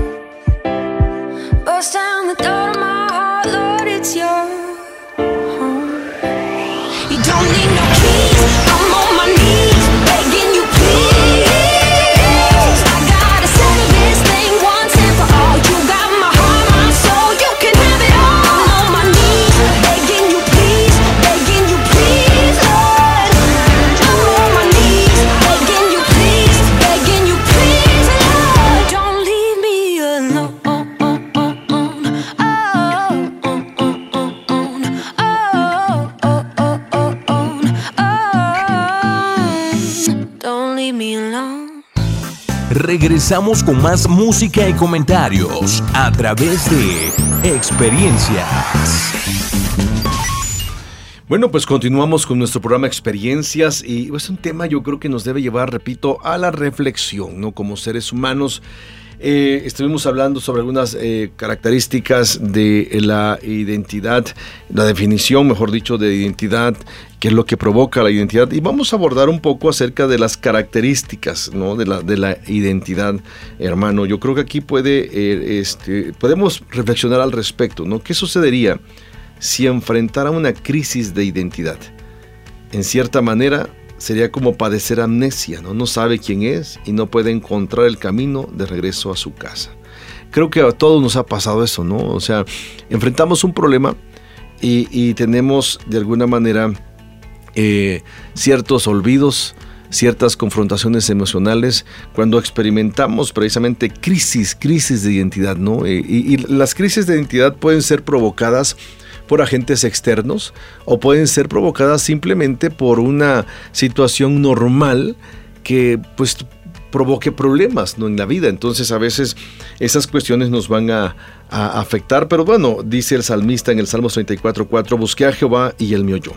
Bust down the door to my heart, Lord, it's your home. You don't need no keys, I'm on my knees, begging you please. I gotta settle this thing once and for all. You got my heart, my soul, you can have it all. I'm on my knees, begging you please, begging you please, Lord. I'm on my knees, begging you please, begging you please, Lord. Don't leave me alone. Oh, oh, oh, oh, oh, oh. Don't leave me alone. Regresamos con más música y comentarios a través de Experiencias. Bueno, pues continuamos con nuestro programa Experiencias y es un tema yo creo que nos debe llevar, repito, a la reflexión, ¿no? Como seres humanos. Eh, estuvimos hablando sobre algunas eh, características de la identidad, la definición, mejor dicho, de identidad, qué es lo que provoca la identidad, y vamos a abordar un poco acerca de las características, ¿no? de, la, de la identidad, hermano. Yo creo que aquí puede, eh, este, podemos reflexionar al respecto, ¿no? ¿Qué sucedería si enfrentara una crisis de identidad? En cierta manera, sería como padecer amnesia, ¿no? No sabe quién es y no puede encontrar el camino de regreso a su casa. Creo que a todos nos ha pasado eso, ¿no? O sea, enfrentamos un problema y, y tenemos de alguna manera eh, ciertos olvidos, ciertas confrontaciones emocionales cuando experimentamos precisamente crisis, crisis de identidad, ¿no? Eh, y, y las crisis de identidad pueden ser provocadas por agentes externos o pueden ser provocadas simplemente por una situación normal que pues provoque problemas, ¿no? En la vida. Entonces a veces esas cuestiones nos van a, a afectar, pero bueno, dice el salmista en el Salmo treinta y cuatro cuatro, busqué a Jehová y él me oyó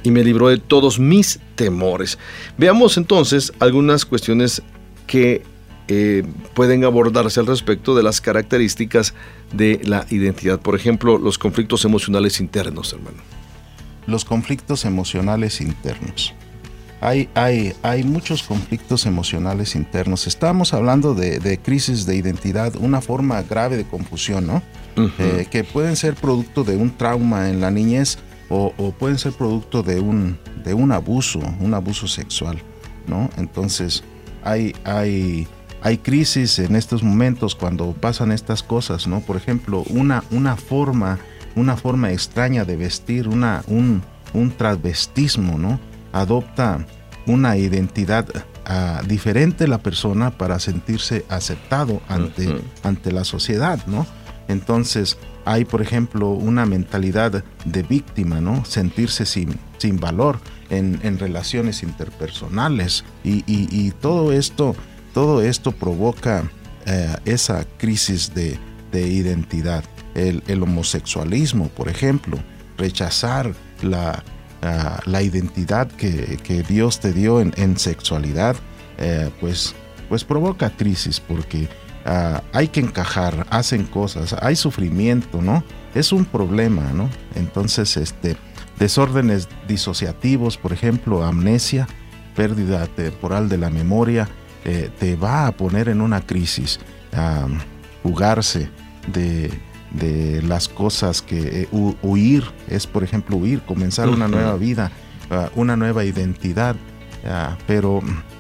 y me libró de todos mis temores. Veamos entonces algunas cuestiones que eh, pueden abordarse al respecto de las características de la identidad. Por ejemplo, los conflictos emocionales internos, hermano. Los conflictos emocionales internos. Hay, hay, hay muchos conflictos emocionales internos. Estamos hablando de, de crisis de identidad, una forma grave de confusión, ¿no? Uh-huh. Eh, que pueden ser producto de un trauma en la niñez o, o pueden ser producto de un, de un abuso, un abuso sexual, ¿no? Entonces, hay, hay, hay crisis en estos momentos cuando pasan estas cosas, ¿no? Por ejemplo, una, una forma, una forma extraña de vestir, una, un, un transvestismo, ¿no? Adopta una identidad uh, diferente la persona para sentirse aceptado ante, uh-huh. ante la sociedad, ¿no? Entonces hay, por ejemplo, una mentalidad de víctima, ¿no? Sentirse sin, sin valor en, en relaciones interpersonales y, y, y todo esto, todo esto provoca uh, esa crisis de, de identidad. El, el homosexualismo, por ejemplo, rechazar la Uh, la identidad que, que Dios te dio en, en sexualidad, eh, pues, pues provoca crisis porque uh, hay que encajar, hacen cosas, hay sufrimiento, ¿no? Es un problema, ¿no? Entonces, este, desórdenes disociativos, por ejemplo, amnesia, pérdida temporal de la memoria, eh, te va a poner en una crisis. Uh, jugarse de... de las cosas que eh, hu- huir es, por ejemplo, huir, comenzar una nueva vida, uh, una nueva identidad, uh, pero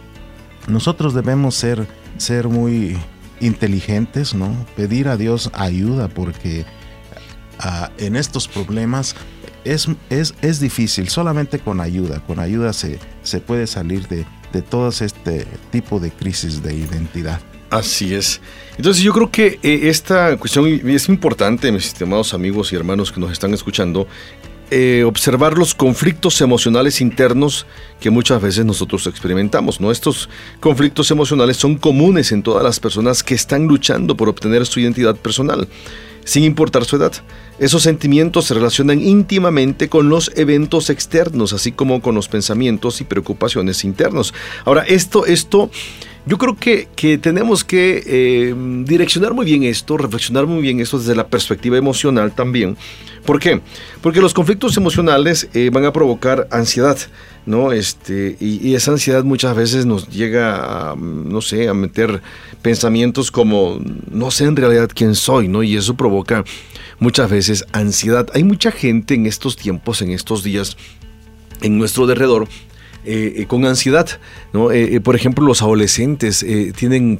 nosotros debemos ser, ser muy inteligentes, ¿no? Pedir a Dios ayuda porque uh, en estos problemas es, es, es difícil, solamente con ayuda, con ayuda se, se puede salir de, de todo este tipo de crisis de identidad. Así es. Entonces yo creo que eh, esta cuestión es importante, mis estimados amigos y hermanos que nos están escuchando, eh, observar los conflictos emocionales internos que muchas veces nosotros experimentamos, ¿no? Estos conflictos emocionales son comunes en todas las personas que están luchando por obtener su identidad personal, sin importar su edad. Esos sentimientos se relacionan íntimamente con los eventos externos, así como con los pensamientos y preocupaciones internos. Ahora, esto, esto... Yo creo que, que tenemos que eh, direccionar muy bien esto, reflexionar muy bien esto desde la perspectiva emocional también. ¿Por qué? Porque los conflictos emocionales eh, van a provocar ansiedad, ¿no? Este, y, y esa ansiedad muchas veces nos llega a, no sé, a meter pensamientos como, no sé en realidad quién soy, ¿no? Y eso provoca muchas veces ansiedad. Hay mucha gente en estos tiempos, en estos días, en nuestro derredor, Eh, eh, con ansiedad, ¿no? Eh, eh, por ejemplo, los adolescentes eh, tienen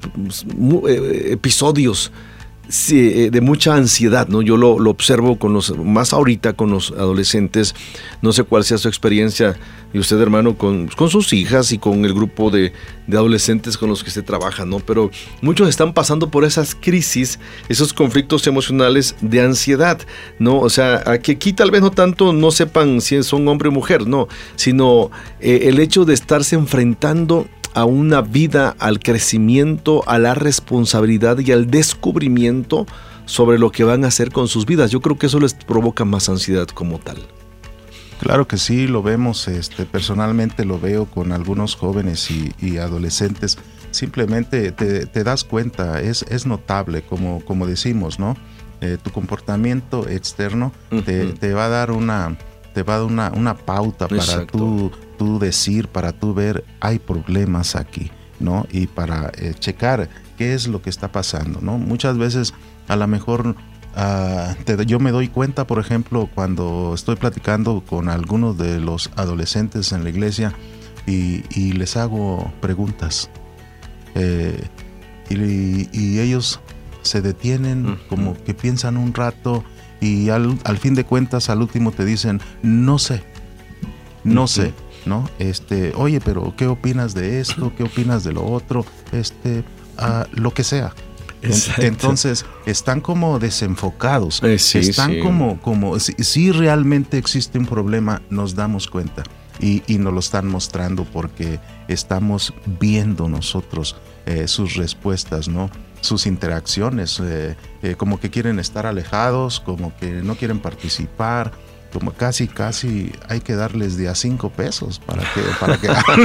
eh, episodios sí, eh, de mucha ansiedad, ¿no? Yo lo, lo observo con los, más ahorita con los adolescentes. No sé cuál sea su experiencia de usted, hermano, con, con sus hijas y con el grupo de, de adolescentes con los que se trabaja, ¿no? Pero muchos están pasando por esas crisis, esos conflictos emocionales de ansiedad, ¿no? O sea, aquí, aquí tal vez no tanto no sepan si son hombre o mujer, no, sino eh, el hecho de estarse enfrentando a una vida, al crecimiento, a la responsabilidad y al descubrimiento sobre lo que van a hacer con sus vidas. Yo creo que eso les provoca más ansiedad como tal. Claro que sí, lo vemos, este, personalmente lo veo con algunos jóvenes y, y adolescentes. Simplemente te, te das cuenta, es, es notable, como, como decimos, ¿no? Eh, tu comportamiento externo uh-huh. te, te va a dar una, te va a dar una, una pauta para Exacto. tú, tú decir, para tú ver, hay problemas aquí, ¿no? Y para eh, checar qué es lo que está pasando, ¿no? Muchas veces a lo mejor uh, te, yo me doy cuenta, por ejemplo, cuando estoy platicando con algunos de los adolescentes en la iglesia y, y les hago preguntas eh, y, y ellos se detienen, uh-huh. como que piensan un rato y al, al fin de cuentas al último te dicen no sé, no uh-huh. sé, ¿no? Este, oye, pero ¿qué opinas de esto? ¿Qué opinas de lo otro? Este, uh, lo que sea. Exacto. Entonces están como desenfocados, eh, sí, están sí. como, como si, si realmente existe un problema, nos damos cuenta y, y nos lo están mostrando porque estamos viendo nosotros eh, sus respuestas, ¿no? Sus interacciones, eh, eh, como que quieren estar alejados, como que no quieren participar, como casi, casi hay que darles de a cinco pesos para que, para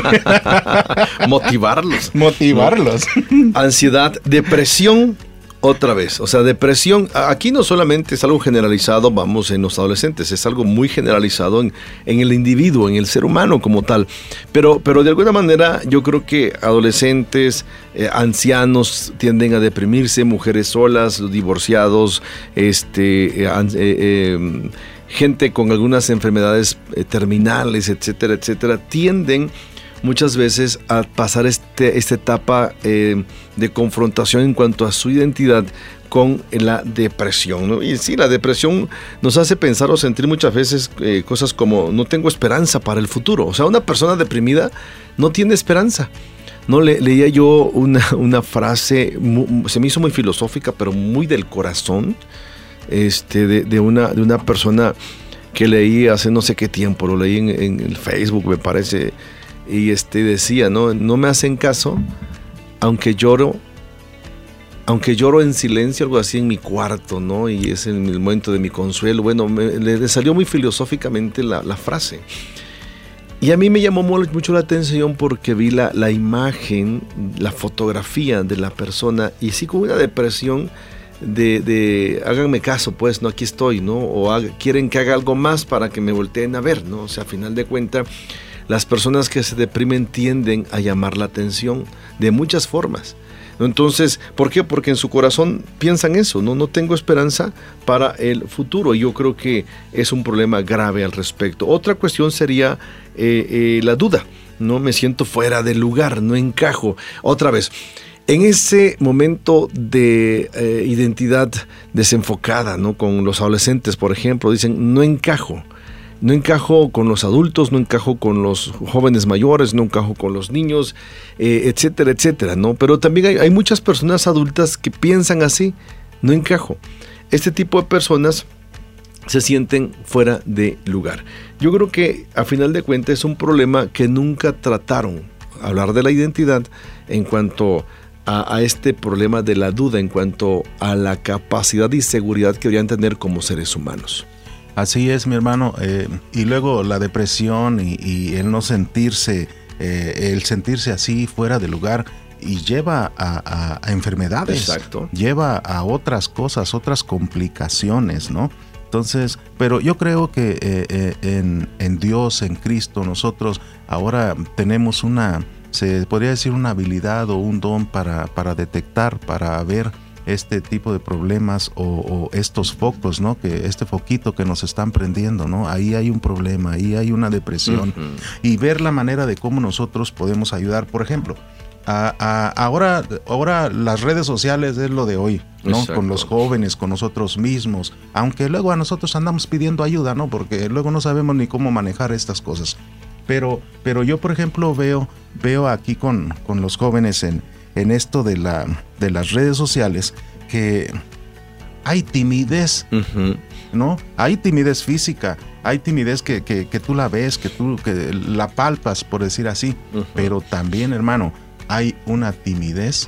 que motivarlos. Motivarlos. ¿No? Ansiedad, depresión, otra vez. O sea, depresión, aquí no solamente es algo generalizado, vamos, en los adolescentes, es algo muy generalizado en, en el individuo, en el ser humano como tal. Pero, pero de alguna manera yo creo que adolescentes, eh, ancianos tienden a deprimirse, mujeres solas, divorciados, este... Eh, eh, eh, gente con algunas enfermedades eh, terminales, etcétera, etcétera, tienden muchas veces a pasar este, esta etapa eh, de confrontación en cuanto a su identidad con la depresión, ¿no? Y sí, la depresión nos hace pensar o sentir muchas veces eh, cosas como no tengo esperanza para el futuro. O sea, una persona deprimida no tiene esperanza. No, le, leía yo una, una frase, muy, se me hizo muy filosófica, pero muy del corazón, Este, de, de, una, de una persona que leí hace no sé qué tiempo, lo leí en, en el Facebook, me parece, y este decía, ¿no? No me hacen caso, aunque lloro, aunque lloro en silencio, algo así en mi cuarto, ¿no? Y es en el momento de mi consuelo. Bueno, me, le salió muy filosóficamente la, la frase. Y a mí me llamó mucho la atención porque vi la, la imagen, la fotografía de la persona, y sí con una depresión, De, de háganme caso, pues, no, aquí estoy, ¿no? O haga, quieren que haga algo más para que me volteen a ver, ¿no? O sea, a final de cuentas, las personas que se deprimen tienden a llamar la atención de muchas formas, ¿no? Entonces, ¿por qué? Porque en su corazón piensan eso, ¿no? No tengo esperanza para el futuro. Yo creo que es un problema grave al respecto. Otra cuestión sería eh, eh, la duda, ¿no? Me siento fuera de lugar, no encajo. Otra vez, en ese momento de eh, identidad desenfocada, ¿no? Con los adolescentes, por ejemplo, dicen, no encajo. No encajo con los adultos, no encajo con los jóvenes mayores, no encajo con los niños, eh, etcétera, etcétera, ¿no? Pero también hay, hay muchas personas adultas que piensan así, no encajo. Este tipo de personas se sienten fuera de lugar. Yo creo que a final de cuentas es un problema que nunca trataron, hablar de la identidad en cuanto A, a este problema de la duda en cuanto a la capacidad y seguridad que deberían tener como seres humanos. Así es, mi hermano. Eh, y luego la depresión y, y el no sentirse, eh, el sentirse así fuera de lugar, y lleva a, a, a enfermedades. Exacto. Lleva a otras cosas, otras complicaciones, ¿no? Entonces, pero yo creo que eh, eh, en, en Dios, en Cristo, nosotros ahora tenemos una, se podría decir una habilidad o un don para, para detectar, para ver este tipo de problemas o, o estos focos, ¿no? Que este foquito que nos están prendiendo, ¿no? Ahí hay un problema, ahí hay una depresión. Uh-huh. Y ver la manera de cómo nosotros podemos ayudar. Por ejemplo, a, a, ahora, ahora las redes sociales es lo de hoy, ¿no? Exacto. Con los jóvenes, con nosotros mismos. Aunque luego a nosotros andamos pidiendo ayuda, ¿no? Porque luego no sabemos ni cómo manejar estas cosas. Pero, pero yo, por ejemplo, veo, veo aquí con, con los jóvenes en, en esto de, la, de las redes sociales que hay timidez, uh-huh. ¿no? Hay timidez física, hay timidez que, que, que tú la ves, que tú que la palpas, por decir así. Uh-huh. Pero también, hermano, hay una timidez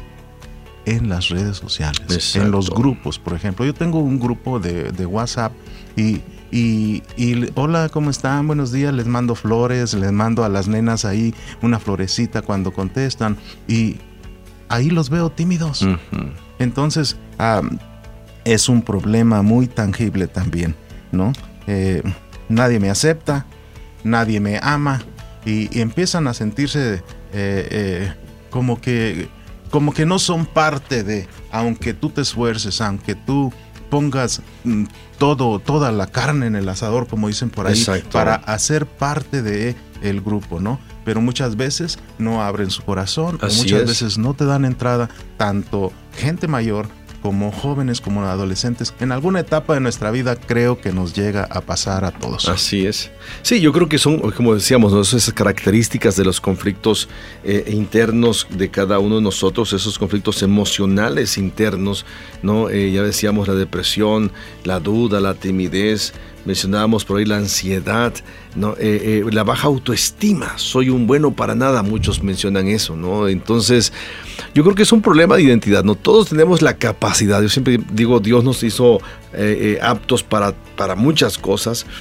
en las redes sociales, exacto. En los grupos, por ejemplo. Yo tengo un grupo de, de WhatsApp y... Y, y hola, ¿cómo están? Buenos días, les mando flores, les mando a las nenas ahí una florecita cuando contestan y ahí los veo tímidos. Uh-huh. Entonces, um, es un problema muy tangible también, ¿no? Eh, nadie me acepta, nadie me ama y, y empiezan a sentirse eh, eh, como que, como que no son parte de, aunque tú te esfuerces, aunque tú pongas mm, todo, toda la carne en el asador, como dicen por ahí, exacto. Para hacer parte de el grupo, ¿no? Pero muchas veces no abren su corazón, o muchas es. veces no te dan entrada, tanto gente mayor como jóvenes, como adolescentes. En alguna etapa de nuestra vida creo que nos llega a pasar a todos. Así es. Sí, yo creo que son, como decíamos, ¿no? Esas características de los conflictos eh, internos de cada uno de nosotros, esos conflictos emocionales internos, ¿no? Eh, ya decíamos la depresión, la duda, la timidez, mencionábamos por ahí la ansiedad, ¿no? Eh, eh, la baja autoestima, soy un bueno para nada, muchos mencionan eso, ¿no? Entonces, yo creo que es un problema de identidad, ¿no? Todos tenemos la capacidad, yo siempre digo, Dios nos hizo eh, eh, aptos para, para muchas cosas,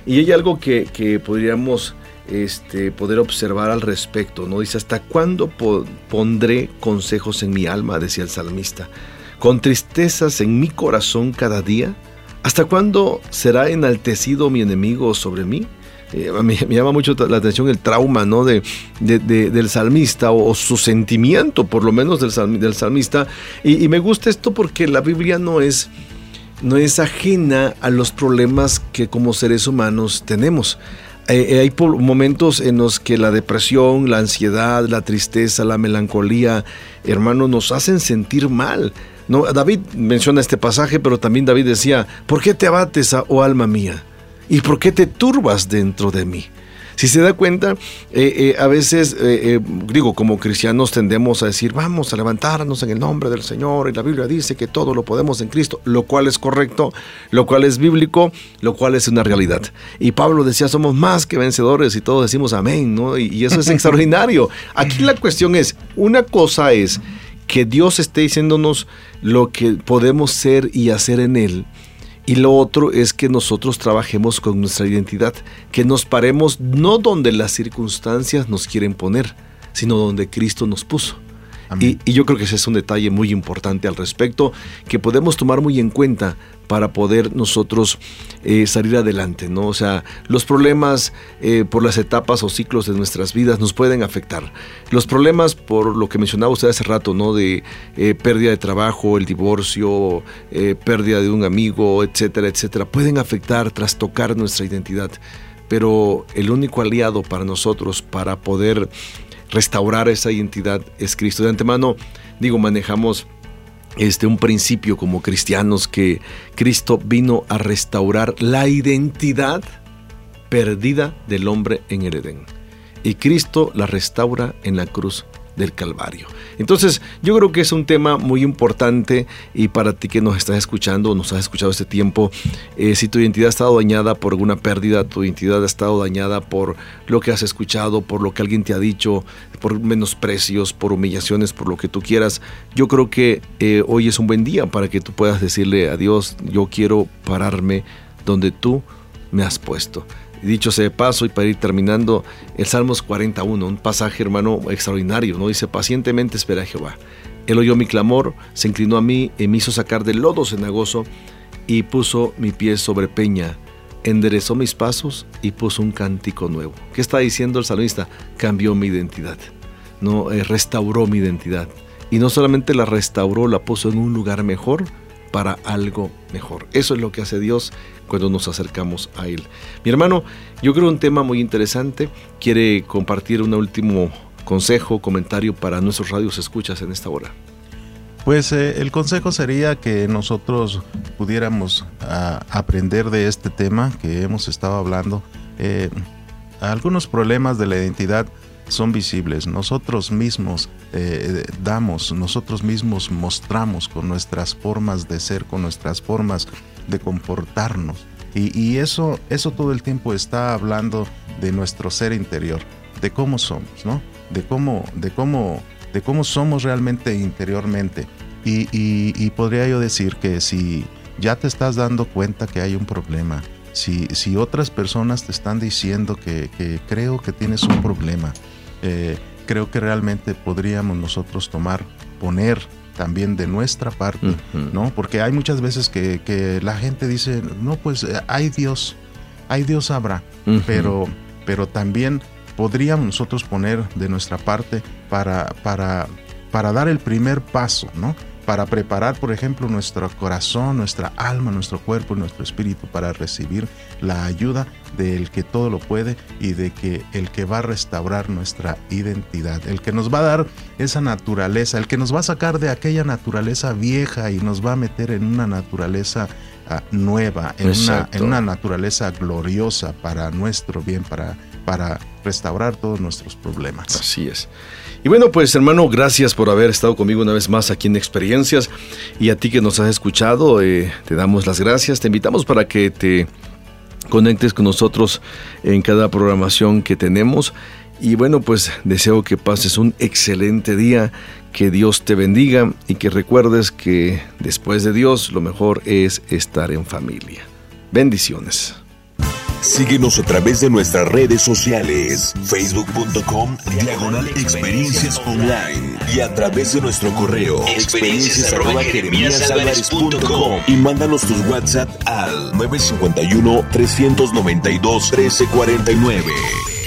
Y hay algo que, que podríamos este, poder observar al respecto, ¿no? Dice, ¿hasta cuándo po- pondré consejos en mi alma?, decía el salmista. ¿Con tristezas en mi corazón cada día? ¿Hasta cuándo será enaltecido mi enemigo sobre mí? Eh, me, me llama mucho la atención el trauma, ¿no? de, de, de, del salmista, o, o su sentimiento, por lo menos del, salmi, del salmista. Y, y me gusta esto porque la Biblia no es, no es ajena a los problemas que como seres humanos tenemos. Eh, hay momentos en los que la depresión, la ansiedad, la tristeza, la melancolía, hermano, nos hacen sentir mal. No, David menciona este pasaje, pero también David decía, ¿por qué te abates, oh alma mía? ¿Y por qué te turbas dentro de mí? Si se da cuenta, eh, eh, a veces, eh, eh, digo, como cristianos tendemos a decir, vamos a levantarnos en el nombre del Señor, y la Biblia dice que todo lo podemos en Cristo, lo cual es correcto, lo cual es bíblico, lo cual es una realidad. Y Pablo decía, somos más que vencedores, y todos decimos amén, ¿no? Y, y eso es extraordinario. Aquí la cuestión es, una cosa es que Dios esté diciéndonos lo que podemos ser y hacer en Él, y lo otro es que nosotros trabajemos con nuestra identidad, que nos paremos no donde las circunstancias nos quieren poner, sino donde Cristo nos puso. Y, y yo creo que ese es un detalle muy importante al respecto, que podemos tomar muy en cuenta para poder nosotros eh, salir adelante, ¿no? O sea, los problemas eh, por las etapas o ciclos de nuestras vidas nos pueden afectar. Los problemas, por lo que mencionaba usted hace rato, ¿no? De eh, pérdida de trabajo, el divorcio, eh, pérdida de un amigo, etcétera, etcétera, pueden afectar, trastocar nuestra identidad. Pero el único aliado para nosotros, para poder restaurar esa identidad, es Cristo. De antemano, digo, manejamos este, un principio como cristianos, que Cristo vino a restaurar la identidad perdida del hombre en el Edén. Y Cristo la restaura en la cruz del Calvario. Entonces, yo creo que es un tema muy importante, y para ti que nos estás escuchando, nos has escuchado este tiempo, eh, si tu identidad ha estado dañada por alguna pérdida, tu identidad ha estado dañada por lo que has escuchado, por lo que alguien te ha dicho, por menosprecios, por humillaciones, por lo que tú quieras, yo creo que eh, hoy es un buen día para que tú puedas decirle a Dios, yo quiero pararme donde tú me has puesto. Dicho sea de paso, y para ir terminando, el Salmos cuarenta y uno, un pasaje, hermano, extraordinario, ¿no? Dice, pacientemente espera a Jehová. Él oyó mi clamor, se inclinó a mí y me hizo sacar del lodo cenagoso, y puso mi pie sobre peña, enderezó mis pasos y puso un cántico nuevo. ¿Qué está diciendo el salmista? Cambió mi identidad, ¿no? Eh, restauró mi identidad. Y no solamente la restauró, la puso en un lugar mejor, para algo mejor. Eso es lo que hace Dios cuando nos acercamos a Él. Mi hermano, yo creo un tema muy interesante. ¿Quiere compartir un último consejo, comentario para nuestros radios escuchas en esta hora? Pues eh, el consejo sería que nosotros pudiéramos a, aprender de este tema que hemos estado hablando. Eh, algunos problemas de la identidad son visibles. Nosotros mismos eh, damos, nosotros mismos mostramos con nuestras formas de ser, con nuestras formas de comportarnos. Y, y eso, eso todo el tiempo está hablando de nuestro ser interior, de cómo somos, ¿no? De cómo, de cómo, de cómo somos realmente interiormente. Y, y, y podría yo decir que si ya te estás dando cuenta que hay un problema, si, si otras personas te están diciendo que, que creo que tienes un problema, Eh, creo que realmente podríamos nosotros tomar, poner también de nuestra parte, uh-huh. ¿no? Porque hay muchas veces que, que la gente dice, no, pues eh, hay Dios, hay Dios habrá, uh-huh. pero, pero también podríamos nosotros poner de nuestra parte para, para, para dar el primer paso, ¿no? Para preparar, por ejemplo, nuestro corazón, nuestra alma, nuestro cuerpo y nuestro espíritu para recibir la ayuda del que todo lo puede y de que el que va a restaurar nuestra identidad, el que nos va a dar esa naturaleza, el que nos va a sacar de aquella naturaleza vieja y nos va a meter en una naturaleza uh, nueva, en una, en una naturaleza gloriosa para nuestro bien, para, para restaurar todos nuestros problemas. Así es. Y bueno, pues hermano, gracias por haber estado conmigo una vez más aquí en Experiencias, y a ti que nos has escuchado, eh, te damos las gracias, te invitamos para que te conectes con nosotros en cada programación que tenemos, y bueno, pues deseo que pases un excelente día, que Dios te bendiga y que recuerdes que después de Dios lo mejor es estar en familia. Bendiciones. Síguenos a través de nuestras redes sociales, facebook punto com diagonal experiencias online, y a través de nuestro correo experiencias arroba jeremías álvarez punto com, y mándanos tus WhatsApp al nueve cinco uno, tres nueve dos, uno tres cuatro nueve.